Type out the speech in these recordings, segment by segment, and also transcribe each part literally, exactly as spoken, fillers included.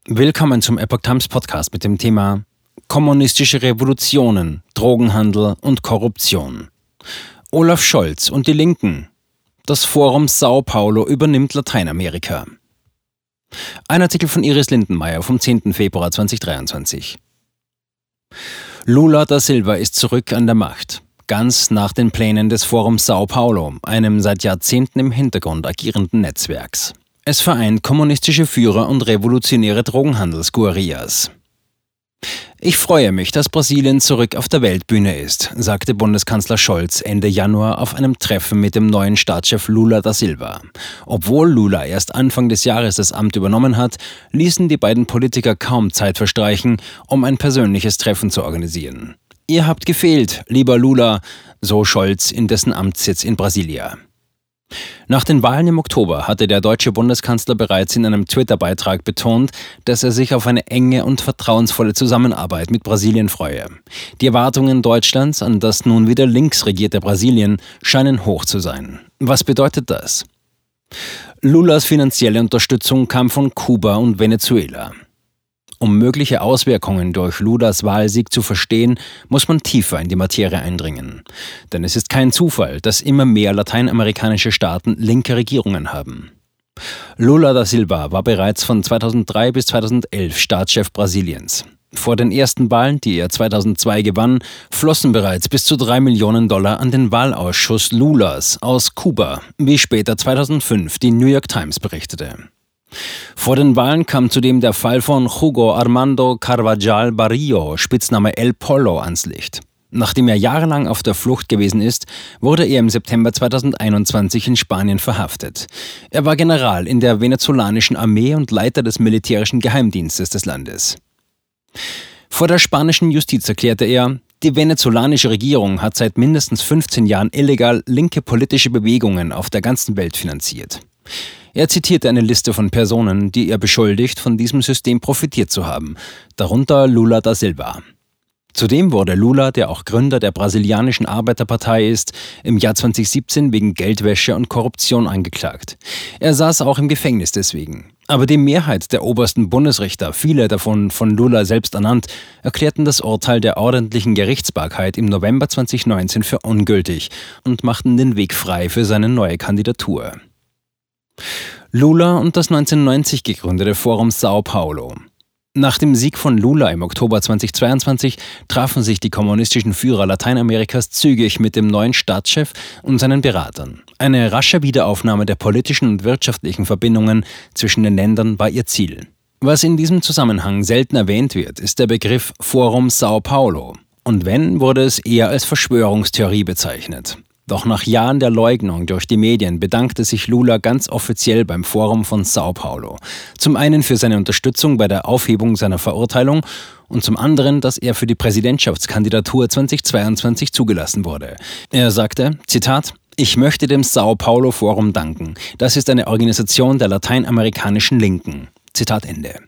Willkommen zum Epoch Times Podcast mit dem Thema Kommunistische Revolutionen, Drogenhandel und Korruption. Olaf Scholz und die Linken. Das Forum Sao Paulo übernimmt Lateinamerika. Ein Artikel von Iris Lindenmayer vom zehnten Februar zweitausenddreiundzwanzig. Lula da Silva ist zurück an der Macht, ganz nach den Plänen des Forum Sao Paulo, einem seit Jahrzehnten im Hintergrund agierenden Netzwerks. Es vereint kommunistische Führer und revolutionäre Drogenhandelsguerillas. Ich freue mich, dass Brasilien zurück auf der Weltbühne ist, sagte Bundeskanzler Scholz Ende Januar auf einem Treffen mit dem neuen Staatschef Lula da Silva. Obwohl Lula erst Anfang des Jahres das Amt übernommen hat, ließen die beiden Politiker kaum Zeit verstreichen, um ein persönliches Treffen zu organisieren. Ihr habt gefehlt, lieber Lula, so Scholz in dessen Amtssitz in Brasilia. Nach den Wahlen im Oktober hatte der deutsche Bundeskanzler bereits in einem Twitter-Beitrag betont, dass er sich auf eine enge und vertrauensvolle Zusammenarbeit mit Brasilien freue. Die Erwartungen Deutschlands an das nun wieder links regierte Brasilien scheinen hoch zu sein. Was bedeutet das? Lulas finanzielle Unterstützung kam von Kuba und Venezuela. Um mögliche Auswirkungen durch Lulas Wahlsieg zu verstehen, muss man tiefer in die Materie eindringen. Denn es ist kein Zufall, dass immer mehr lateinamerikanische Staaten linke Regierungen haben. Lula da Silva war bereits von zweitausenddrei bis zweitausendelf Staatschef Brasiliens. Vor den ersten Wahlen, die er zweitausendzwei gewann, flossen bereits bis zu drei Millionen Dollar an den Wahlausschuss Lulas aus Kuba, wie später zweitausendfünf die New York Times berichtete. Vor den Wahlen kam zudem der Fall von Hugo Armando Carvajal Barrio, Spitzname El Pollo, ans Licht. Nachdem er jahrelang auf der Flucht gewesen ist, wurde er im September zweitausendeinundzwanzig in Spanien verhaftet. Er war General in der venezolanischen Armee und Leiter des militärischen Geheimdienstes des Landes. Vor der spanischen Justiz erklärte er, die venezolanische Regierung hat seit mindestens fünfzehn Jahren illegal linke politische Bewegungen auf der ganzen Welt finanziert. Er zitierte eine Liste von Personen, die er beschuldigt, von diesem System profitiert zu haben, darunter Lula da Silva. Zudem wurde Lula, der auch Gründer der brasilianischen Arbeiterpartei ist, im Jahr zweitausendsiebzehn wegen Geldwäsche und Korruption angeklagt. Er saß auch im Gefängnis deswegen. Aber die Mehrheit der obersten Bundesrichter, viele davon von Lula selbst ernannt, erklärten das Urteil der ordentlichen Gerichtsbarkeit im November zweitausendneunzehn für ungültig und machten den Weg frei für seine neue Kandidatur. Lula und das neunzehnhundertneunzig gegründete Forum Sao Paulo. Nach dem Sieg von Lula im Oktober zweitausendzweiundzwanzig trafen sich die kommunistischen Führer Lateinamerikas zügig mit dem neuen Staatschef und seinen Beratern. Eine rasche Wiederaufnahme der politischen und wirtschaftlichen Verbindungen zwischen den Ländern war ihr Ziel. Was in diesem Zusammenhang selten erwähnt wird, ist der Begriff Forum Sao Paulo. Und wenn, wurde es eher als Verschwörungstheorie bezeichnet. Doch nach Jahren der Leugnung durch die Medien bedankte sich Lula ganz offiziell beim Forum von Sao Paulo. Zum einen für seine Unterstützung bei der Aufhebung seiner Verurteilung und zum anderen, dass er für die Präsidentschaftskandidatur zweitausendzweiundzwanzig zugelassen wurde. Er sagte, Zitat, ich möchte dem Sao Paulo Forum danken. Das ist eine Organisation der lateinamerikanischen Linken. Zitat Ende.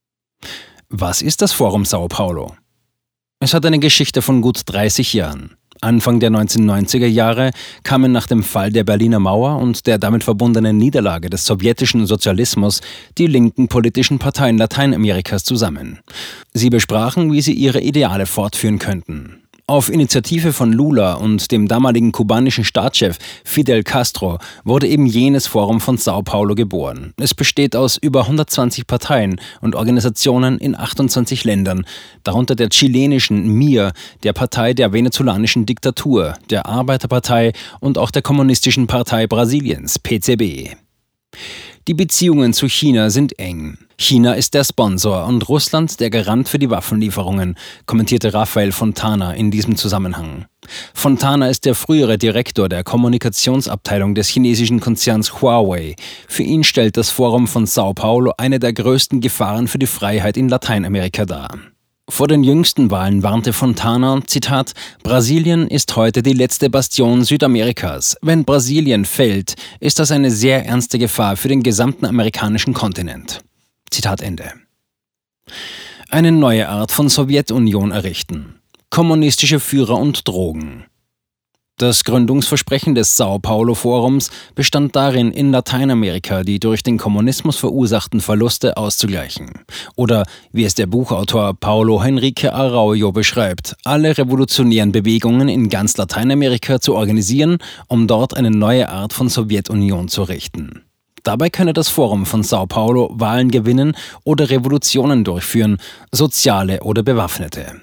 Was ist das Forum Sao Paulo? Es hat eine Geschichte von gut dreißig Jahren. Anfang der neunzehnhundertneunziger Jahre kamen nach dem Fall der Berliner Mauer und der damit verbundenen Niederlage des sowjetischen Sozialismus die linken politischen Parteien Lateinamerikas zusammen. Sie besprachen, wie sie ihre Ideale fortführen könnten. Auf Initiative von Lula und dem damaligen kubanischen Staatschef Fidel Castro wurde eben jenes Forum von Sao Paulo geboren. Es besteht aus über hundertzwanzig Parteien und Organisationen in achtundzwanzig Ländern, darunter der chilenischen M I R, der Partei der venezolanischen Diktatur, der Arbeiterpartei und auch der Kommunistischen Partei Brasiliens, P C B. Die Beziehungen zu China sind eng. China ist der Sponsor und Russland der Garant für die Waffenlieferungen, kommentierte Rafael Fontana in diesem Zusammenhang. Fontana ist der frühere Direktor der Kommunikationsabteilung des chinesischen Konzerns Huawei. Für ihn stellt das Forum von Sao Paulo eine der größten Gefahren für die Freiheit in Lateinamerika dar. Vor den jüngsten Wahlen warnte Fontana, Zitat, Brasilien ist heute die letzte Bastion Südamerikas. Wenn Brasilien fällt, ist das eine sehr ernste Gefahr für den gesamten amerikanischen Kontinent. Zitat Ende. Eine neue Art von Sowjetunion errichten. Kommunistische Führer und Drogen. Das Gründungsversprechen des Sao Paulo Forums bestand darin, in Lateinamerika die durch den Kommunismus verursachten Verluste auszugleichen. Oder, wie es der Buchautor Paulo Henrique Araujo beschreibt, alle revolutionären Bewegungen in ganz Lateinamerika zu organisieren, um dort eine neue Art von Sowjetunion zu richten. Dabei könne das Forum von Sao Paulo Wahlen gewinnen oder Revolutionen durchführen, soziale oder bewaffnete.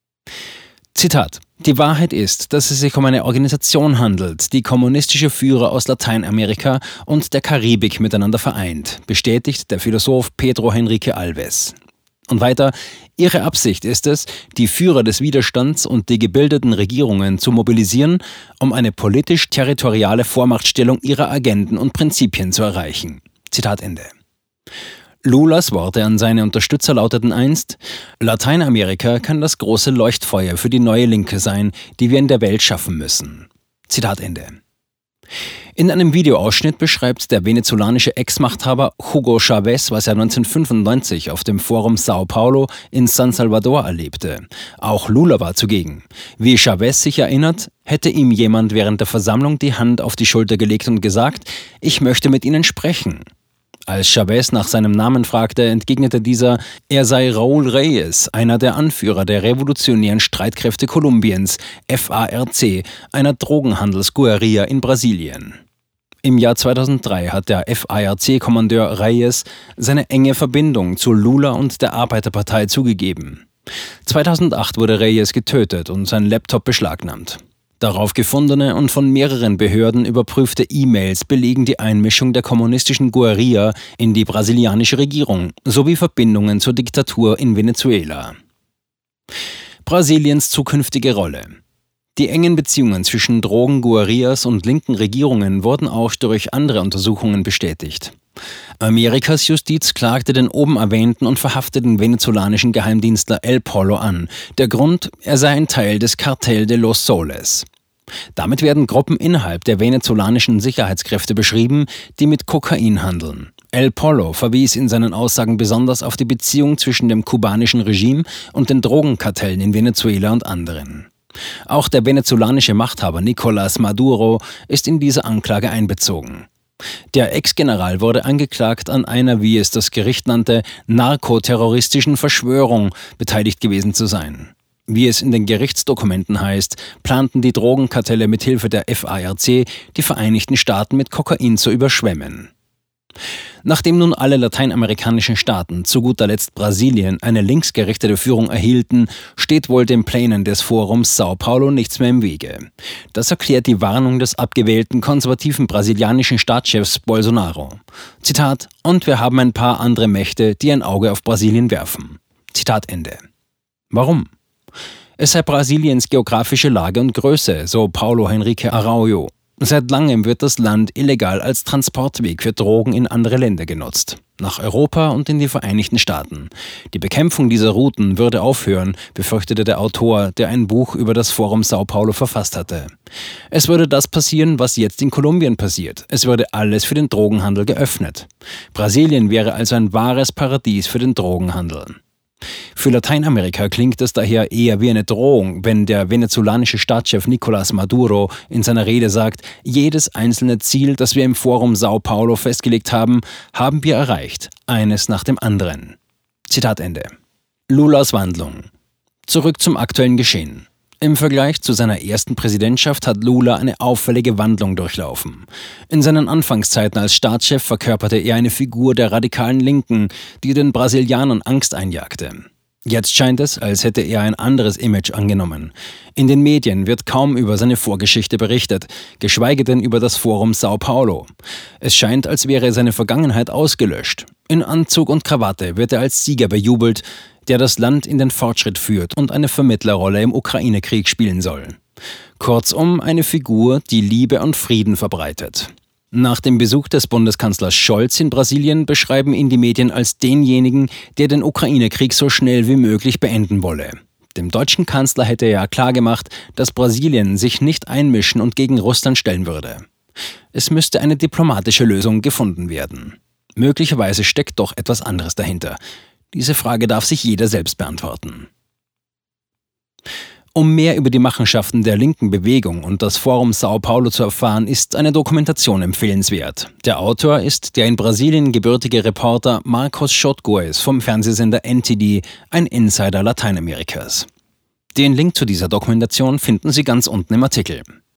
Zitat: Die Wahrheit ist, dass es sich um eine Organisation handelt, die kommunistische Führer aus Lateinamerika und der Karibik miteinander vereint, bestätigt der Philosoph Pedro Henrique Alves. Und weiter: Ihre Absicht ist es, die Führer des Widerstands und die gebildeten Regierungen zu mobilisieren, um eine politisch-territoriale Vormachtstellung ihrer Agenden und Prinzipien zu erreichen. Zitat Ende. Lulas Worte an seine Unterstützer lauteten einst: Lateinamerika kann das große Leuchtfeuer für die neue Linke sein, die wir in der Welt schaffen müssen. Zitat Ende. In einem Videoausschnitt beschreibt der venezolanische Ex-Machthaber Hugo Chávez, was er neunzehnhundertfünfundneunzig auf dem Forum Sao Paulo in San Salvador erlebte. Auch Lula war zugegen. Wie Chávez sich erinnert, hätte ihm jemand während der Versammlung die Hand auf die Schulter gelegt und gesagt: Ich möchte mit Ihnen sprechen. Als Chávez nach seinem Namen fragte, entgegnete dieser, er sei Raúl Reyes, einer der Anführer der revolutionären Streitkräfte Kolumbiens, F A R C, einer Drogenhandelsguerilla in Brasilien. Im Jahr zweitausenddrei hat der F A R C-Kommandeur Reyes seine enge Verbindung zu Lula und der Arbeiterpartei zugegeben. zweitausendacht wurde Reyes getötet und sein Laptop beschlagnahmt. Darauf gefundene und von mehreren Behörden überprüfte E-Mails belegen die Einmischung der kommunistischen Guerilla in die brasilianische Regierung sowie Verbindungen zur Diktatur in Venezuela. Brasiliens zukünftige Rolle. Die engen Beziehungen zwischen Drogenguerillas und linken Regierungen wurden auch durch andere Untersuchungen bestätigt. Amerikas Justiz klagte den oben erwähnten und verhafteten venezolanischen Geheimdienstler El Pollo an. Der Grund, er sei ein Teil des Cartel de los Soles. Damit werden Gruppen innerhalb der venezolanischen Sicherheitskräfte beschrieben, die mit Kokain handeln. El Pollo verwies in seinen Aussagen besonders auf die Beziehung zwischen dem kubanischen Regime und den Drogenkartellen in Venezuela und anderen. Auch der venezolanische Machthaber Nicolás Maduro ist in diese Anklage einbezogen. Der Ex-General wurde angeklagt, an einer, wie es das Gericht nannte, narkoterroristischen Verschwörung beteiligt gewesen zu sein. Wie es in den Gerichtsdokumenten heißt, planten die Drogenkartelle mithilfe der F A R C, die Vereinigten Staaten mit Kokain zu überschwemmen. Nachdem nun alle lateinamerikanischen Staaten, zu guter Letzt Brasilien, eine linksgerichtete Führung erhielten, steht wohl den Plänen des Forums Sao Paulo nichts mehr im Wege. Das erklärt die Warnung des abgewählten konservativen brasilianischen Staatschefs Bolsonaro. Zitat: Und wir haben ein paar andere Mächte, die ein Auge auf Brasilien werfen. Zitat Ende. Warum? Es sei Brasiliens geografische Lage und Größe, so Paulo Henrique Araujo. Seit langem wird das Land illegal als Transportweg für Drogen in andere Länder genutzt. Nach Europa und in die Vereinigten Staaten. Die Bekämpfung dieser Routen würde aufhören, befürchtete der Autor, der ein Buch über das Forum Sao Paulo verfasst hatte. Es würde das passieren, was jetzt in Kolumbien passiert. Es würde alles für den Drogenhandel geöffnet. Brasilien wäre also ein wahres Paradies für den Drogenhandel. Für Lateinamerika klingt es daher eher wie eine Drohung, wenn der venezolanische Staatschef Nicolás Maduro in seiner Rede sagt, jedes einzelne Ziel, das wir im Forum Sao Paulo festgelegt haben, haben wir erreicht, eines nach dem anderen. Zitat Ende. Lulas Wandlung. Zurück zum aktuellen Geschehen. Im Vergleich zu seiner ersten Präsidentschaft hat Lula eine auffällige Wandlung durchlaufen. In seinen Anfangszeiten als Staatschef verkörperte er eine Figur der radikalen Linken, die den Brasilianern Angst einjagte. Jetzt scheint es, als hätte er ein anderes Image angenommen. In den Medien wird kaum über seine Vorgeschichte berichtet, geschweige denn über das Forum Sao Paulo. Es scheint, als wäre seine Vergangenheit ausgelöscht. In Anzug und Krawatte wird er als Sieger bejubelt, der das Land in den Fortschritt führt und eine Vermittlerrolle im Ukraine-Krieg spielen soll. Kurzum, eine Figur, die Liebe und Frieden verbreitet. Nach dem Besuch des Bundeskanzlers Scholz in Brasilien beschreiben ihn die Medien als denjenigen, der den Ukraine-Krieg so schnell wie möglich beenden wolle. Dem deutschen Kanzler hätte er klargemacht, dass Brasilien sich nicht einmischen und gegen Russland stellen würde. Es müsste eine diplomatische Lösung gefunden werden. Möglicherweise steckt doch etwas anderes dahinter. Diese Frage darf sich jeder selbst beantworten. Um mehr über die Machenschaften der linken Bewegung und das Forum São Paulo zu erfahren, ist eine Dokumentation empfehlenswert. Der Autor ist der in Brasilien gebürtige Reporter Marcos Schottgoes vom Fernsehsender N T D, ein Insider Lateinamerikas. Den Link zu dieser Dokumentation finden Sie ganz unten im Artikel.